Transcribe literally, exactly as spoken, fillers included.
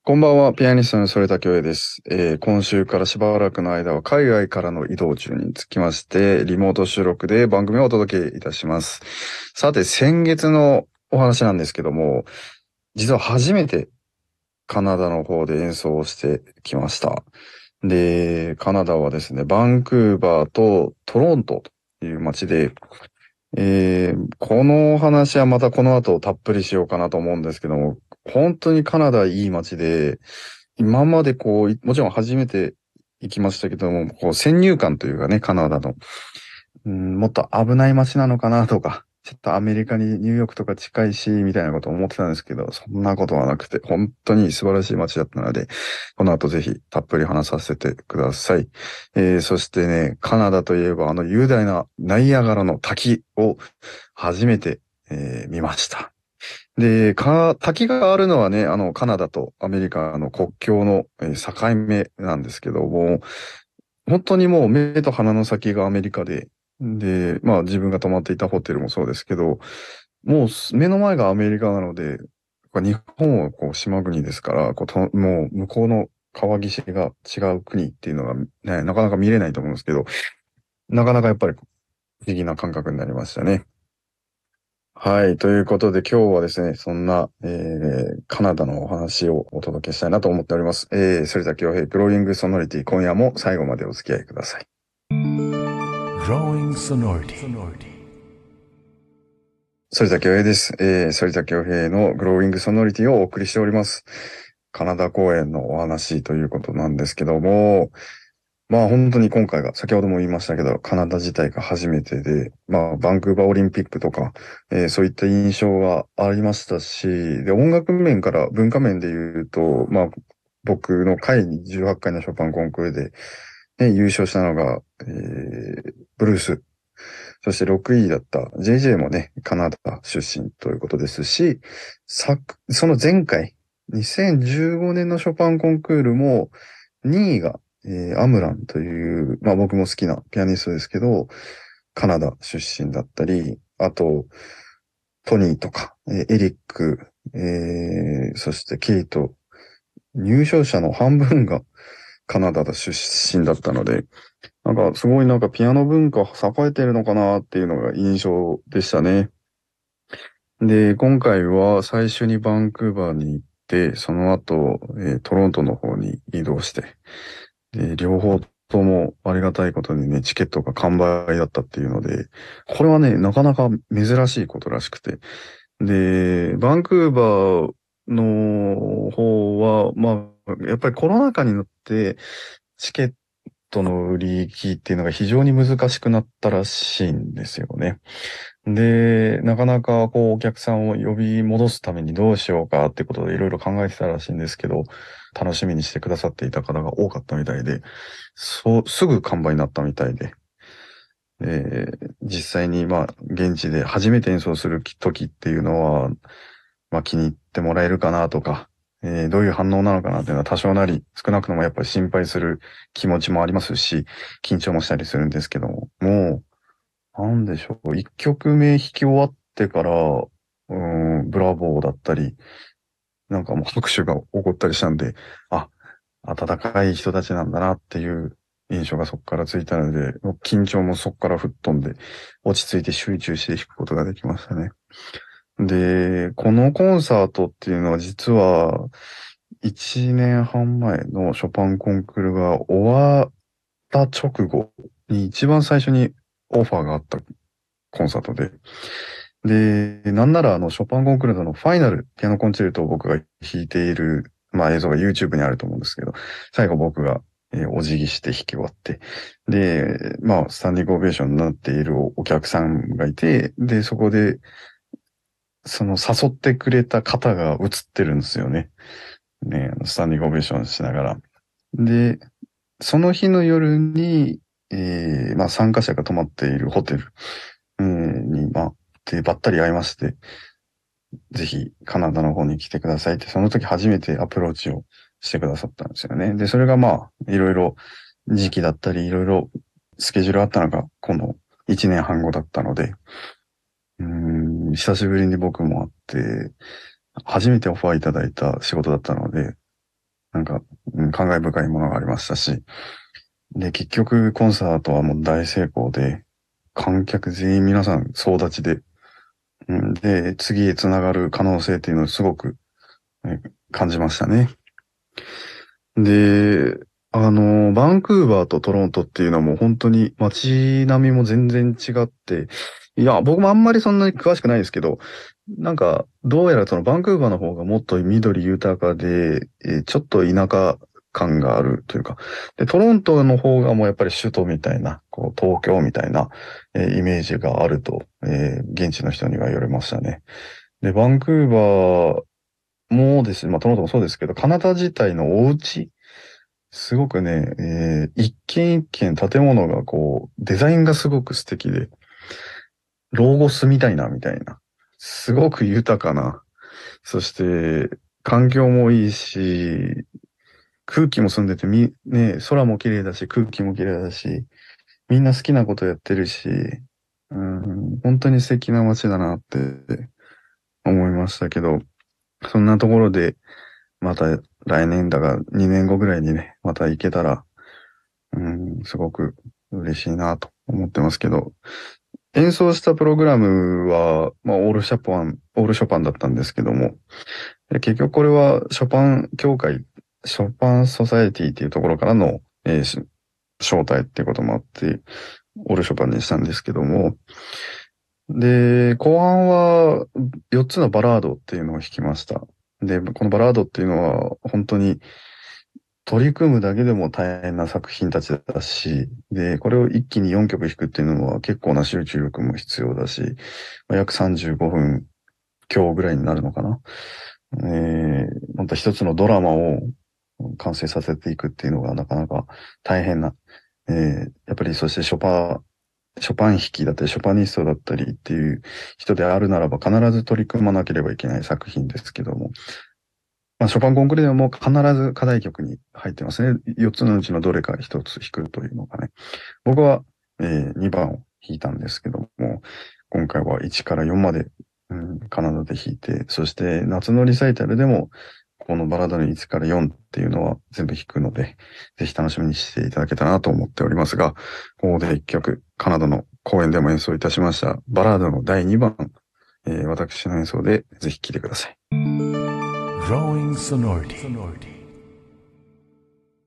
こんばんは、ピアニストの反田恭平です。えー今週からしばらくの間は海外からの移動中につきまして、リモート収録で番組をお届けいたします。さて、先月のお話なんですけども、実は初めてカナダの方で演奏をしてきました。で、カナダはですね、バンクーバーとトロントという街で、えーこのお話はまたこの後たっぷりしようかなと思うんですけども、本当にカナダいい街で、今までこう、いもちろん初めて行きましたけども、こう先入観というかね、カナダの、うん、もっと危ない街なのかなとか、ちょっとアメリカにニューヨークとか近いし、みたいなことを思ってたんですけど、そんなことはなくて、本当に素晴らしい街だったので、この後ぜひたっぷり話させてください。えー、そしてね、カナダといえばあの雄大なナイアガラの滝を初めて、えー見ました。で、か、滝があるのはね、あの、カナダとアメリカの国境のえー境目なんですけども、本当にもう目と鼻の先がアメリカで、で、まあ自分が泊まっていたホテルもそうですけど、もうす目の前がアメリカなので、日本はこう島国ですから、こうと、もう向こうの川岸が違う国っていうのがね、なかなか見れないと思うんですけど、なかなかやっぱり不思議な感覚になりましたね。はい。ということで今日はですね、そんな、えー、カナダのお話をお届けしたいなと思っております。えー、反田恭平、グローイングソノリティ、今夜も最後までお付き合いください。 Growing Sonority. 反田恭平です。えー、反田恭平のグローイングソノリティをお送りしております。カナダ公演のお話ということなんですけども、まあ本当に今回が、先ほども言いましたけど、カナダ自体が初めてで、まあバンクーバーオリンピックとか、えーそういった印象がありましたし、で、音楽面から文化面で言うと、まあ僕の会にじゅうはちかいのショパンコンクールで、ね、優勝したのが、えーブルース。そしてろくいだった ジェイジェー もね、カナダ出身ということですし、昨、その前回、にせんじゅうごねんのショパンコンクールも、にいが、えーアムランという、まあ僕も好きなピアニストですけど、カナダ出身だったり、あと、トニーとか、えーエリック、えーそしてケイト、入賞者の半分がカナダだ出身だったので、なんかすごいなんかピアノ文化栄えてるのかなっていうのが印象でしたね。で、今回は最初にバンクーバーに行って、その後、えートロントの方に移動して、で、両方ともありがたいことにね、チケットが完売だったっていうので、これはね、なかなか珍しいことらしくて。で、バンクーバーの方は、まあ、やっぱりコロナ禍になって、チケットの売り行きっていうのが非常に難しくなったらしいんですよね。で、なかなかこうお客さんを呼び戻すためにどうしようかってことでいろいろ考えてたらしいんですけど、楽しみにしてくださっていた方が多かったみたいで、そう、すぐ完売になったみたいで、えー実際にまあ現地で初めて演奏する時っていうのは、まあ気に入ってもらえるかなとか、えーどういう反応なのかなっていうのは多少なり少なくともやっぱり心配する気持ちもありますし、緊張もしたりするんですけども、もうなんでしょう。一曲目弾き終わってから、うーん、ブラボーだったり、なんかもう拍手が起こったりしたんで、あ、温かい人たちなんだなっていう印象がそこからついたので、もう緊張もそこから吹っ飛んで、落ち着いて集中して弾くことができましたね。で、このコンサートっていうのは実は、いちねんはん前のショパンコンクールが終わった直後に一番最初にオファーがあったコンサートで、で、なんならあの、ショパンコンクールのファイナル、ピアノコンチェルトを僕が弾いている、まあ映像が YouTube にあると思うんですけど、最後僕が、えーお辞儀して弾き終わって、で、まあ、スタンディングオベーションになっているお客さんがいて、で、そこで、その誘ってくれた方が映ってるんですよね。ね、スタンディングオベーションしながら。で、その日の夜に、えーまあ参加者が泊まっているホテル、えーに、まあ、で、ばったり会いまして、ぜひカナダの方に来てくださいって、その時初めてアプローチをしてくださったんですよね。で、それがまあ、いろいろ時期だったり、いろいろスケジュールあったのが、このいちねんはん後だったので、うーん、久しぶりに僕も会って、初めてオファーいただいた仕事だったので、 なんか、うん、感慨深いものがありましたし、で、結局コンサートはもう大成功で、観客全員皆さん総立ちで、うん、で、次へつながる可能性っていうのをすごく、ね、感じましたね。で、あの、バンクーバーとトロントっていうのはもう本当に街並みも全然違って、いや、僕もあんまりそんなに詳しくないですけど、なんか、どうやらそのバンクーバーの方がもっと緑豊かで、えーちょっと田舎感があるというか、で、トロントの方がもうやっぱり首都みたいな、こう、東京みたいな、えーイメージがあると、えー現地の人には言われましたね。で、バンクーバーもですね、まあトロントもそうですけど、カナダ自体のお家、すごくね、えー一軒一軒建物がこう、デザインがすごく素敵で、老後住みたいな、みたいな。すごく豊かな。そして、環境もいいし、空気も澄んでてみ、ね、空も綺麗だし、空気も綺麗だし、みんな好きなことやってるし、うん、本当に素敵な街だなって思いましたけど、そんなところで、また来年だがにねんごぐらいにね、また行けたら、うん、すごく嬉しいなと思ってますけど、演奏したプログラムは、まあ、オールショパン、オールショパンだったんですけども、で結局これはショパン協会、ショパンソサエティっていうところからの、えーし招待っていうこともあって、オールショパンにしたんですけども、で、後半はよっつのバラードっていうのを弾きました。で、このバラードっていうのは本当に取り組むだけでも大変な作品たちだし、で、これを一気によんきょく弾くっていうのは結構な集中力も必要だし、まあ約さんじゅうごふん強ぐらいになるのかな。えー、また一つのドラマを完成させていくっていうのがなかなか大変な。えー、やっぱりそしてショパン、ショパン弾きだったり、ショパニストだったりっていう人であるならば必ず取り組まなければいけない作品ですけども、まあ、ショパンコンクールでも必ず課題曲に入ってますね。よっつのうちのどれかひとつ弾くというのがね。僕は、えー、にばんを弾いたんですけども、今回はいちからよんまで、うん、カナダで弾いて、そして夏のリサイタルでも、このバラードのいちからよんっていうのは全部弾くので、ぜひ楽しみにしていただけたらなと思っておりますが、ここでいっきょく、カナダの公演でも演奏いたしました、バラードのだいにばん、えー、私の演奏でぜひ聴いてください。 Growing Sonority